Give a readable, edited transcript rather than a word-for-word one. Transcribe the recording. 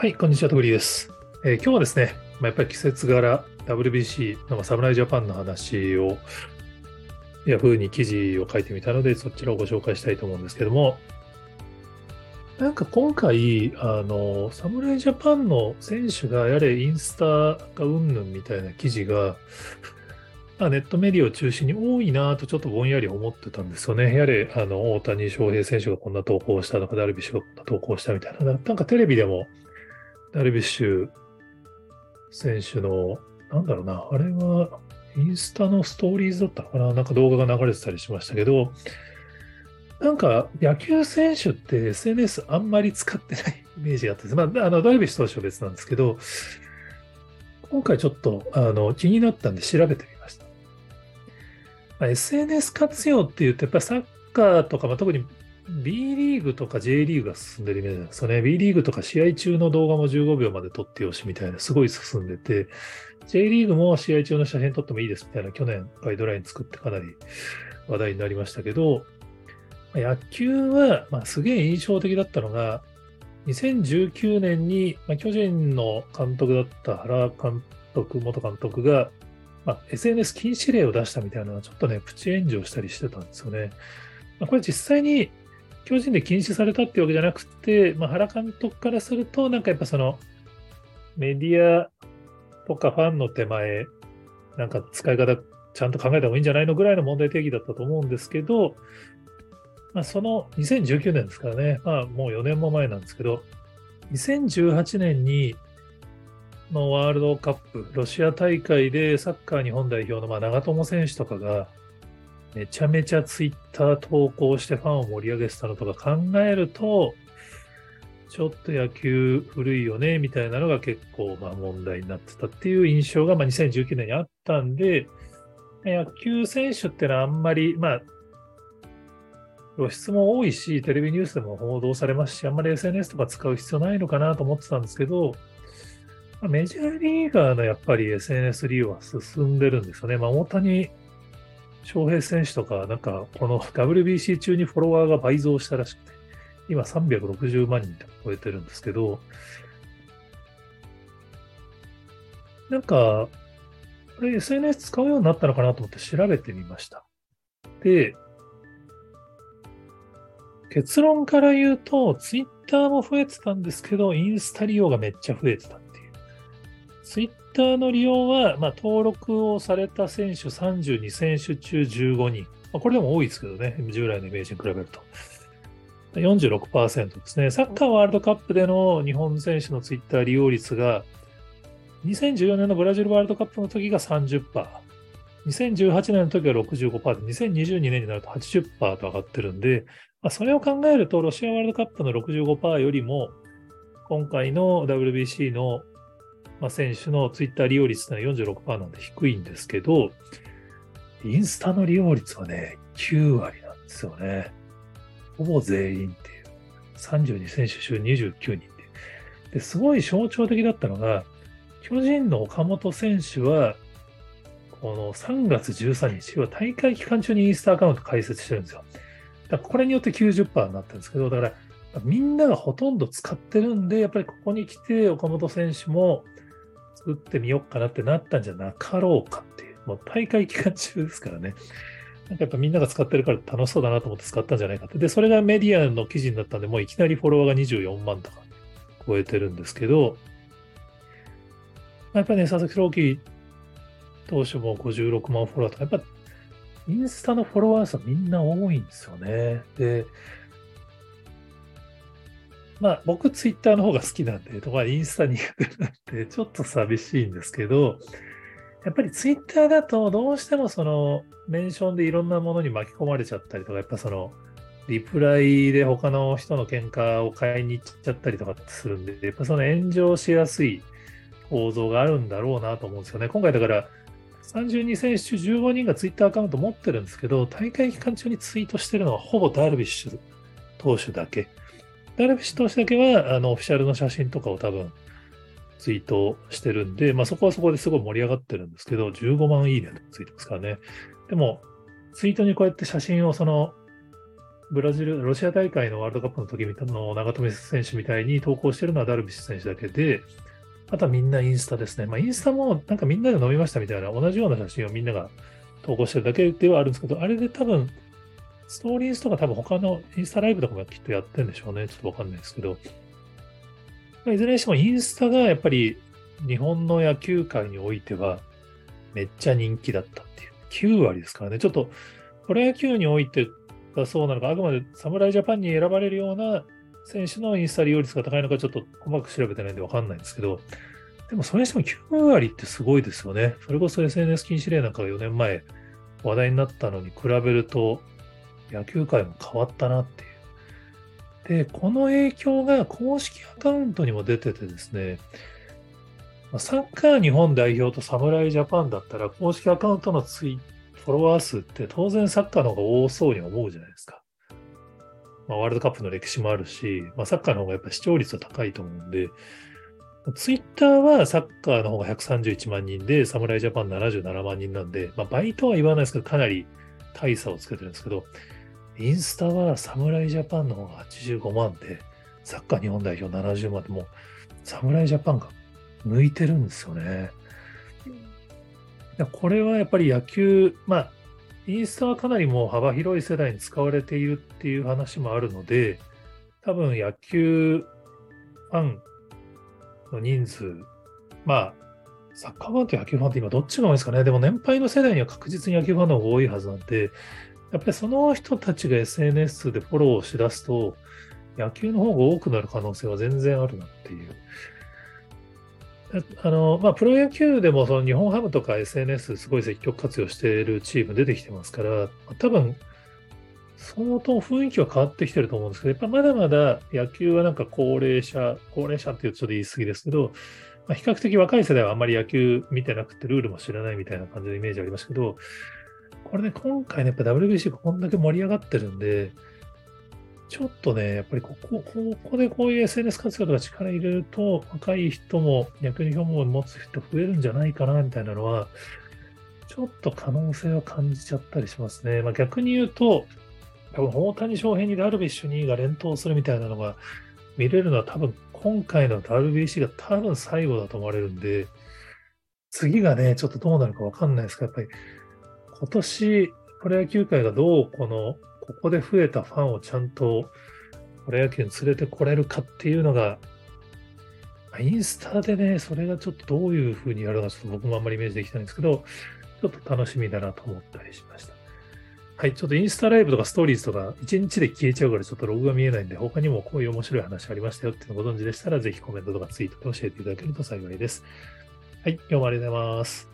はい、こんにちは、トグリーです。今日はですね、やっぱり季節柄、WBC、侍ジャパンの話を、ヤフーに記事を書いてみたので、そちらをご紹介したいと思うんですけども、なんか今回、侍ジャパンの選手がやれインスタがうんぬんみたいな記事が、ネットメディアを中心に多いなとちょっとぼんやり思ってたんですよね。やれ、大谷翔平選手がこんな投稿したとか、ダルビッシュがこんな投稿したみたいな。なんかテレビでも、ダルビッシュ選手の、なんだろうな、あれは、インスタのストーリーズだったのかな、なんか動画が流れてたりしましたけど、なんか野球選手って SNS あんまり使ってないイメージがあって、ダルビッシュ投手は別なんですけど、今回ちょっと気になったんで調べてみました。SNS 活用っていうと、やっぱりサッカーとか、特に B リーグとか J リーグが進んでるイメージなんですよね。B リーグとか試合中の動画も15秒まで撮ってよしみたいな、すごい進んでて、J リーグも試合中の写真撮ってもいいですみたいな、去年ガイドライン作ってかなり話題になりましたけど、野球は、すげえ印象的だったのが、2019年に、巨人の監督だった原監督、元監督が、SNS 禁止令を出したみたいなのは、ちょっとね、プチ炎上したりしてたんですよね。これ実際に巨人で禁止されたっていうわけじゃなくて、原監督からすると、なんかやっぱそのメディアとかファンの手前、なんか使い方ちゃんと考えた方がいいんじゃないのぐらいの問題定義だったと思うんですけど、その2019年ですからね、もう4年も前なんですけど、2018年にのワールドカップ、ロシア大会でサッカー日本代表の長友選手とかがめちゃめちゃツイッター投稿してファンを盛り上げてたのとか考えると、ちょっと野球古いよね、みたいなのが結構問題になってたっていう印象が2019年にあったんで、野球選手ってのはあんまり、露出も多いし、テレビニュースでも報道されますし、あんまり SNS とか使う必要ないのかなと思ってたんですけど、メジャーリーガーのやっぱり SNS 利用は進んでるんですよね。大谷翔平選手とか、なんかこの WBC 中にフォロワーが倍増したらしくて、今360万人と超えてるんですけど、なんか、これ SNS 使うようになったのかなと思って調べてみました。で、結論から言うと、ツイッターも増えてたんですけど、インスタ利用がめっちゃ増えてたっていう。ツイッターの利用は、登録をされた選手32選手中15人。これでも多いですけどね、従来のイメージに比べると。46%ですね。サッカーワールドカップでの日本選手のツイッター利用率が、2014年のブラジルワールドカップの時が30%。2018年の時は65%で、2022年になると80%と上がってるんで、それを考えると、ロシアワールドカップの65%よりも、今回の WBC の選手のツイッター利用率というのは46%なんで低いんですけど、インスタの利用率はね、9割なんですよね。ほぼ全員っていう。32選手中29人っていう。ですごい象徴的だったのが、巨人の岡本選手は、この3月13日、要は大会期間中にインスタアカウント開設してるんですよ。だからこれによって90%になったんですけど、だからみんながほとんど使ってるんで、やっぱりここに来て岡本選手も作ってみようかなってなったんじゃなかろうかっていう、もう大会期間中ですからね。なんかやっぱみんなが使ってるから楽しそうだなと思って使ったんじゃないかって。で、それがメディアの記事になったんで、もういきなりフォロワーが24万とか超えてるんですけど、やっぱりね、佐々木朗希投手も56万フォロワーとか、やっぱインスタのフォロワー数はみんな多いんですよね。で、僕ツイッターの方が好きなんで、インスタ苦手なんで、ちょっと寂しいんですけど、やっぱりツイッターだとどうしてもそのメンションでいろんなものに巻き込まれちゃったりとか、やっぱそのリプライで他の人の喧嘩を買いに行っちゃったりとかするんで、やっぱその炎上しやすい構造があるんだろうなと思うんですよね。今回だから32選手中15人がツイッターアカウント持ってるんですけど、大会期間中にツイートしてるのはほぼダルビッシュ投手だけ。ダルビッシュ投手だけはオフィシャルの写真とかを多分ツイートしてるんで、そこはそこですごい盛り上がってるんですけど、15万いいねとかついてますからね。でも、ツイートにこうやって写真をブラジル、ロシア大会のワールドカップの時みたいなの長友選手みたいに投稿してるのはダルビッシュ選手だけで、あとはみんなインスタですね。まあ、インスタもなんかみんなで飲みましたみたいな同じような写真をみんなが投稿してるだけではあるんですけど、あれで多分、ストーリーズとか多分他のインスタライブとかもきっとやってるんでしょうね。ちょっとわかんないですけど、まあ、いずれにしてもインスタがやっぱり日本の野球界においてはめっちゃ人気だったっていう。9割ですからね。ちょっとプロ野球においてがそうなのか、あくまで侍ジャパンに選ばれるような選手のインスタ利用率が高いのかちょっと細かく調べてないんでわかんないんですけど、でもそれにしても9割ってすごいですよね。それこそ SNS 禁止令なんかが4年前話題になったのに比べると野球界も変わったなっていう。で、この影響が公式アカウントにも出ててですね、サッカー日本代表と侍ジャパンだったら公式アカウントのフォロワー数って当然サッカーの方が多そうに思うじゃないですか。ワールドカップの歴史もあるし、サッカーの方がやっぱ視聴率は高いと思うんで、ツイッターはサッカーの方が131万人で、侍ジャパン77万人なんで、倍とは言わないですけど、かなり大差をつけてるんですけど、インスタは侍ジャパンの方が85万で、サッカー日本代表70万で、もう侍ジャパンが抜いてるんですよね。これはやっぱり野球、インスタはかなりもう幅広い世代に使われているっていう話もあるので、多分野球ファンの人数、サッカーファンと野球ファンって今どっちが多いですかね。でも年配の世代には確実に野球ファンの方が多いはずなんで、やっぱりその人たちが SNS でフォローをしだすと、野球の方が多くなる可能性は全然あるなっていう。プロ野球でもその日本ハムとか SNS すごい積極活用しているチーム出てきてますから、多分相当雰囲気は変わってきてると思うんですけど、やっぱまだまだ野球はなんか高齢者っていうとちょっと言い過ぎですけど、比較的若い世代はあんまり野球見てなくてルールも知らないみたいな感じのイメージありますけど、これね、今回ね、やっぱ WBC がこんだけ盛り上がってるんで、ちょっとね、やっぱりここでこういう SNS 活用とか力入れると、若い人も野球に興味を持つ人増えるんじゃないかな、みたいなのは、ちょっと可能性は感じちゃったりしますね。逆に言うと、多分大谷翔平にダルビッシュ2が連投するみたいなのが見れるのは多分今回の WBC が多分最後だと思われるんで、次がね、ちょっとどうなるかわかんないですけど、やっぱり今年プロ野球界がどうここで増えたファンをちゃんとプロ野球に連れてこれるかっていうのが、インスタでね、それがちょっとどういうふうにやるのかちょっと僕もあんまりイメージできないんですけど、ちょっと楽しみだなと思ったりしました。はい、ちょっとインスタライブとかストーリーズとか1日で消えちゃうからちょっとログが見えないんで、他にもこういう面白い話ありましたよっていうのをご存知でしたら、ぜひコメントとかツイートで教えていただけると幸いです。はい、今日もありがとうございます。